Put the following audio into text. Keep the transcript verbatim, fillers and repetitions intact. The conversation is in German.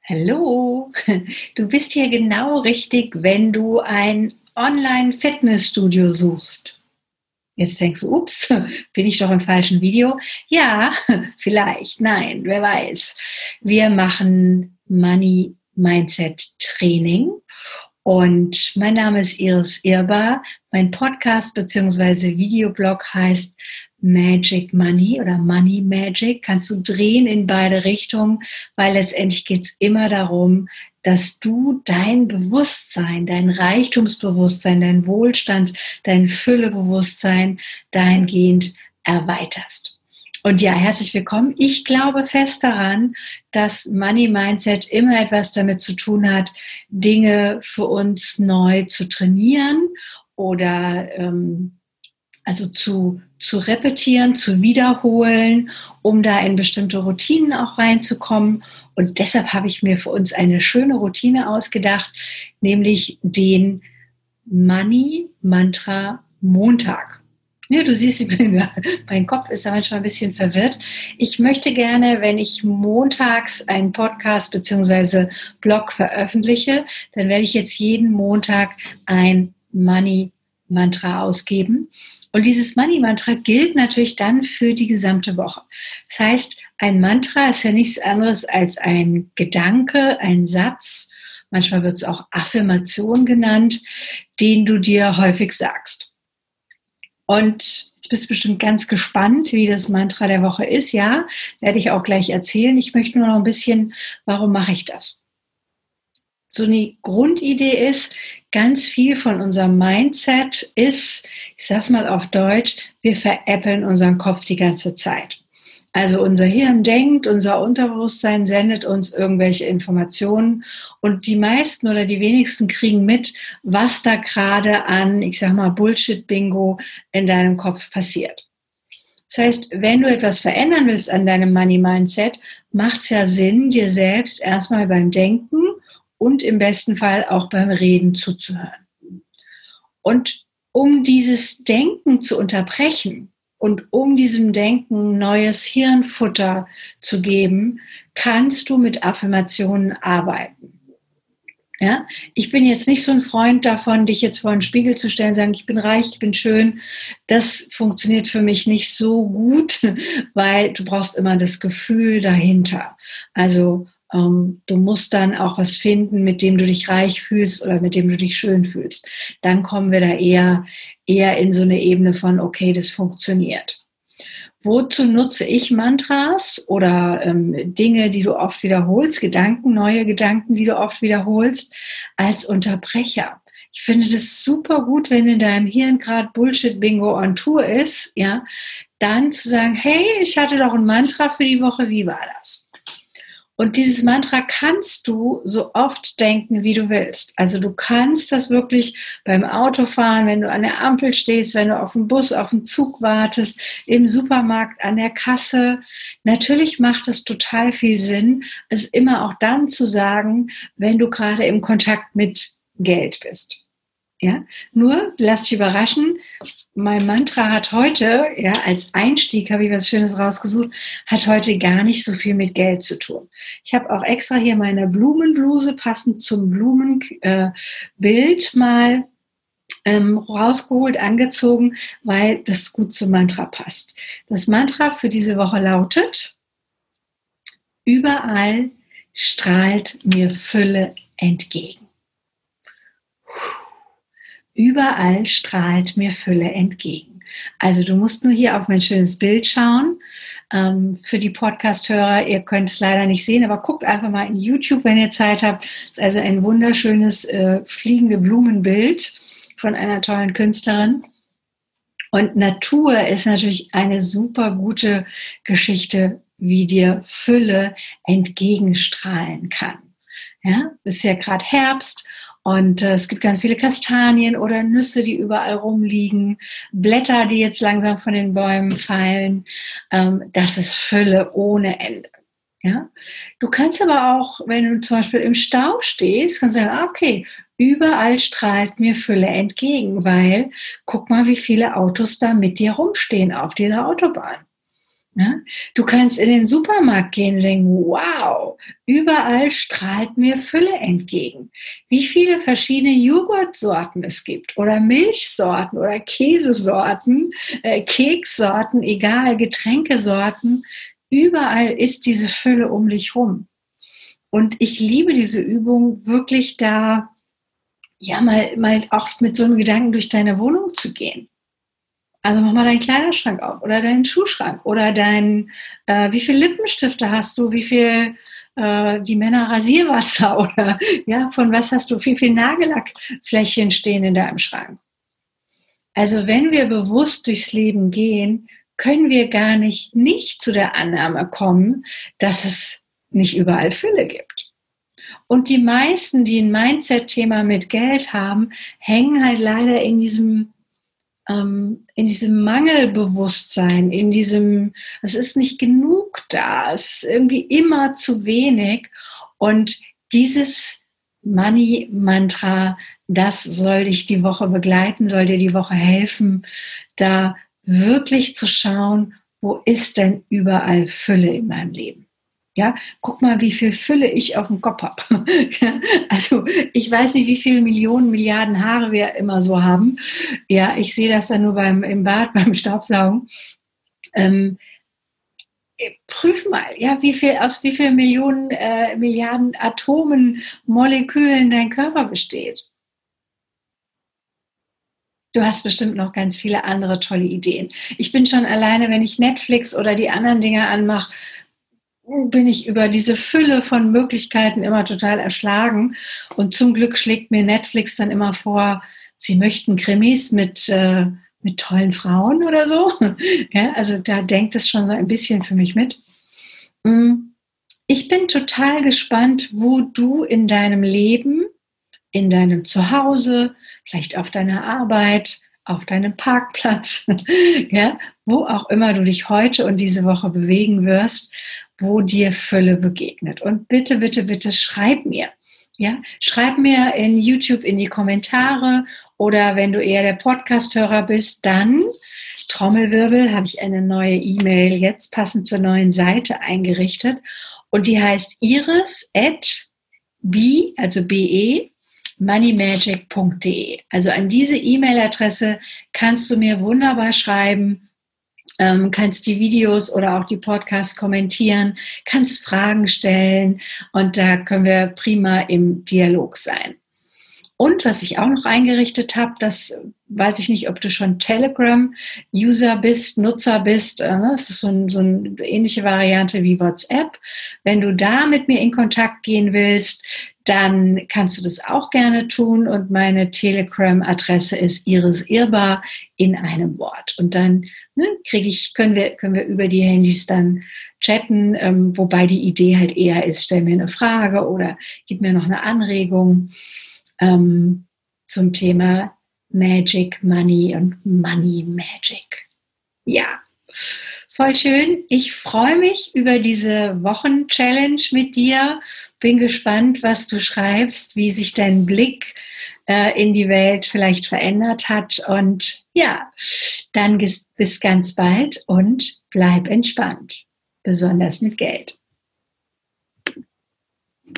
Hallo, du bist hier genau richtig, wenn du ein Online-Fitnessstudio suchst. Jetzt denkst du, ups, bin ich doch im falschen Video? Ja, vielleicht, nein, wer weiß. Wir machen Money Mindset Training und mein Name ist Iris Irbar. Mein Podcast bzw. Videoblog heißt Magic Money oder Money Magic. Kannst du drehen in beide Richtungen, weil letztendlich geht es immer darum, dass du dein Bewusstsein, dein Reichtumsbewusstsein, dein Wohlstand, dein Füllebewusstsein dahingehend erweiterst. Und ja, herzlich willkommen. Ich glaube fest daran, dass Money Mindset immer etwas damit zu tun hat, Dinge für uns neu zu trainieren oder ähm, also zu, zu repetieren, zu wiederholen, um da in bestimmte Routinen auch reinzukommen. Und deshalb habe ich mir für uns eine schöne Routine ausgedacht, nämlich den Money Mantra Montag. Ja, du siehst, ich bin, mein Kopf ist da manchmal ein bisschen verwirrt. Ich möchte gerne, wenn ich montags einen Podcast bzw. Blog veröffentliche, dann werde ich jetzt jeden Montag ein Money Mantra ausgeben. Und dieses Money-Mantra gilt natürlich dann für die gesamte Woche. Das heißt, ein Mantra ist ja nichts anderes als ein Gedanke, ein Satz, manchmal wird es auch Affirmation genannt, den du dir häufig sagst. Und jetzt bist du bestimmt ganz gespannt, wie das Mantra der Woche ist. Ja, werde ich auch gleich erzählen. Ich möchte nur noch ein bisschen, warum mache ich das? So eine Grundidee ist, ganz viel von unserem Mindset ist, ich sage es mal auf Deutsch, wir veräppeln unseren Kopf die ganze Zeit. Also unser Hirn denkt, unser Unterbewusstsein sendet uns irgendwelche Informationen und die meisten oder die wenigsten kriegen mit, was da gerade an, ich sage mal, Bullshit-Bingo in deinem Kopf passiert. Das heißt, wenn du etwas verändern willst an deinem Money-Mindset, macht es ja Sinn, dir selbst erstmal beim Denken und im besten Fall auch beim Reden zuzuhören. Und um dieses Denken zu unterbrechen und um diesem Denken neues Hirnfutter zu geben, kannst du mit Affirmationen arbeiten. Ja? Ich bin jetzt nicht so ein Freund davon, dich jetzt vor den Spiegel zu stellen und sagen, ich bin reich, ich bin schön. Das funktioniert für mich nicht so gut, weil du brauchst immer das Gefühl dahinter. Also du musst dann auch was finden, mit dem du dich reich fühlst oder mit dem du dich schön fühlst. Dann kommen wir da eher, eher in so eine Ebene von, okay, das funktioniert. Wozu nutze ich Mantras oder ähm, Dinge, die du oft wiederholst, Gedanken, neue Gedanken, die du oft wiederholst, als Unterbrecher? Ich finde das super gut, wenn in deinem Hirn gerade Bullshit-Bingo on Tour ist, ja, dann zu sagen, hey, ich hatte doch ein Mantra für die Woche, wie war das? Und dieses Mantra kannst du so oft denken, wie du willst. Also du kannst das wirklich beim Autofahren, wenn du an der Ampel stehst, wenn du auf den Bus, auf den Zug wartest, im Supermarkt, an der Kasse. Natürlich macht es total viel Sinn, es immer auch dann zu sagen, wenn du gerade im Kontakt mit Geld bist. Ja, nur lass dich überraschen, mein Mantra hat heute, ja, als Einstieg habe ich was Schönes rausgesucht, hat heute gar nicht so viel mit Geld zu tun. Ich habe auch extra hier meine Blumenbluse passend zum Blumenbild äh, mal ähm, rausgeholt, angezogen, weil das gut zum Mantra passt. Das Mantra für diese Woche lautet: Überall strahlt mir Fülle entgegen. Überall strahlt mir Fülle entgegen. Also du musst nur hier auf mein schönes Bild schauen. Ähm, für die Podcast-Hörer, ihr könnt es leider nicht sehen, aber guckt einfach mal in YouTube, wenn ihr Zeit habt. Das ist also ein wunderschönes äh, fliegende Blumenbild von einer tollen Künstlerin. Und Natur ist natürlich eine super gute Geschichte, wie dir Fülle entgegenstrahlen kann. Ja, es ist ja gerade Herbst. Und äh, es gibt ganz viele Kastanien oder Nüsse, die überall rumliegen, Blätter, die jetzt langsam von den Bäumen fallen. Ähm, das ist Fülle ohne Ende. Ja? Du kannst aber auch, wenn du zum Beispiel im Stau stehst, kannst du sagen, ah, okay, überall strahlt mir Fülle entgegen, weil guck mal, wie viele Autos da mit dir rumstehen auf dieser Autobahn. Ja? Du kannst in den Supermarkt gehen und denken, wow, überall strahlt mir Fülle entgegen. Wie viele verschiedene Joghurtsorten es gibt oder Milchsorten oder Käsesorten, äh, Keksorten, egal, Getränkesorten. Überall ist diese Fülle um dich rum. Und ich liebe diese Übung, wirklich da, ja, mal, mal auch mit so einem Gedanken durch deine Wohnung zu gehen. Also mach mal deinen Kleiderschrank auf oder deinen Schuhschrank oder dein, äh, wie viel Lippenstifte hast du, wie viel äh, die Männer Rasierwasser oder ja, von was hast du, wie viel Nagellackfläschchen stehen in deinem Schrank. Also wenn wir bewusst durchs Leben gehen, können wir gar nicht nicht zu der Annahme kommen, dass es nicht überall Fülle gibt. Und die meisten, die ein Mindset-Thema mit Geld haben, hängen halt leider in diesem in diesem Mangelbewusstsein, in diesem, es ist nicht genug da, es ist irgendwie immer zu wenig. Und dieses Money-Mantra, das soll dich die Woche begleiten, soll dir die Woche helfen, da wirklich zu schauen, wo ist denn überall Fülle in meinem Leben? Ja, guck mal, wie viel Fülle ich auf dem Kopf habe. Also ich weiß nicht, wie viele Millionen, Milliarden Haare wir immer so haben. Ja, ich sehe das dann nur beim, im Bad, beim Staubsaugen. Ähm, prüf mal, ja, wie viel, aus wie vielen Millionen, äh, Milliarden Atomen, Molekülen dein Körper besteht. Du hast bestimmt noch ganz viele andere tolle Ideen. Ich bin schon alleine, wenn ich Netflix oder die anderen Dinge anmache, bin ich über diese Fülle von Möglichkeiten immer total erschlagen. Und zum Glück schlägt mir Netflix dann immer vor, sie möchten Krimis mit, äh, mit tollen Frauen oder so. Ja, also da denkt es schon so ein bisschen für mich mit. Ich bin total gespannt, wo du in deinem Leben, in deinem Zuhause, vielleicht auf deiner Arbeit, auf deinem Parkplatz, ja, wo auch immer du dich heute und diese Woche bewegen wirst, wo dir Fülle begegnet. Und bitte, bitte, bitte schreib mir. Ja, schreib mir in YouTube in die Kommentare oder wenn du eher der Podcast-Hörer bist, dann, Trommelwirbel, habe ich eine neue E-Mail jetzt passend zur neuen Seite eingerichtet und die heißt iris at b, also be, moneymagic punkt de. Also an diese E-Mail-Adresse kannst du mir wunderbar schreiben, ähm, kannst die Videos oder auch die Podcasts kommentieren, kannst Fragen stellen und da können wir prima im Dialog sein. Und was ich auch noch eingerichtet habe, das weiß ich nicht, ob du schon Telegram-User bist, Nutzer bist. Das ist so, ein, so eine ähnliche Variante wie WhatsApp. Wenn du da mit mir in Kontakt gehen willst, dann kannst du das auch gerne tun. Und meine Telegram-Adresse ist Iris Irbar in einem Wort. Und dann ne, kriege ich, können wir, können wir über die Handys dann chatten, ähm, wobei die Idee halt eher ist, stell mir eine Frage oder gib mir noch eine Anregung. Ähm, zum Thema Magic Money und Money Magic. Ja, voll schön. Ich freue mich über diese Wochen-Challenge mit dir. Bin gespannt, was du schreibst, wie sich dein Blick äh, in die Welt vielleicht verändert hat. Und ja, dann bis, bis ganz bald und bleib entspannt, besonders mit Geld.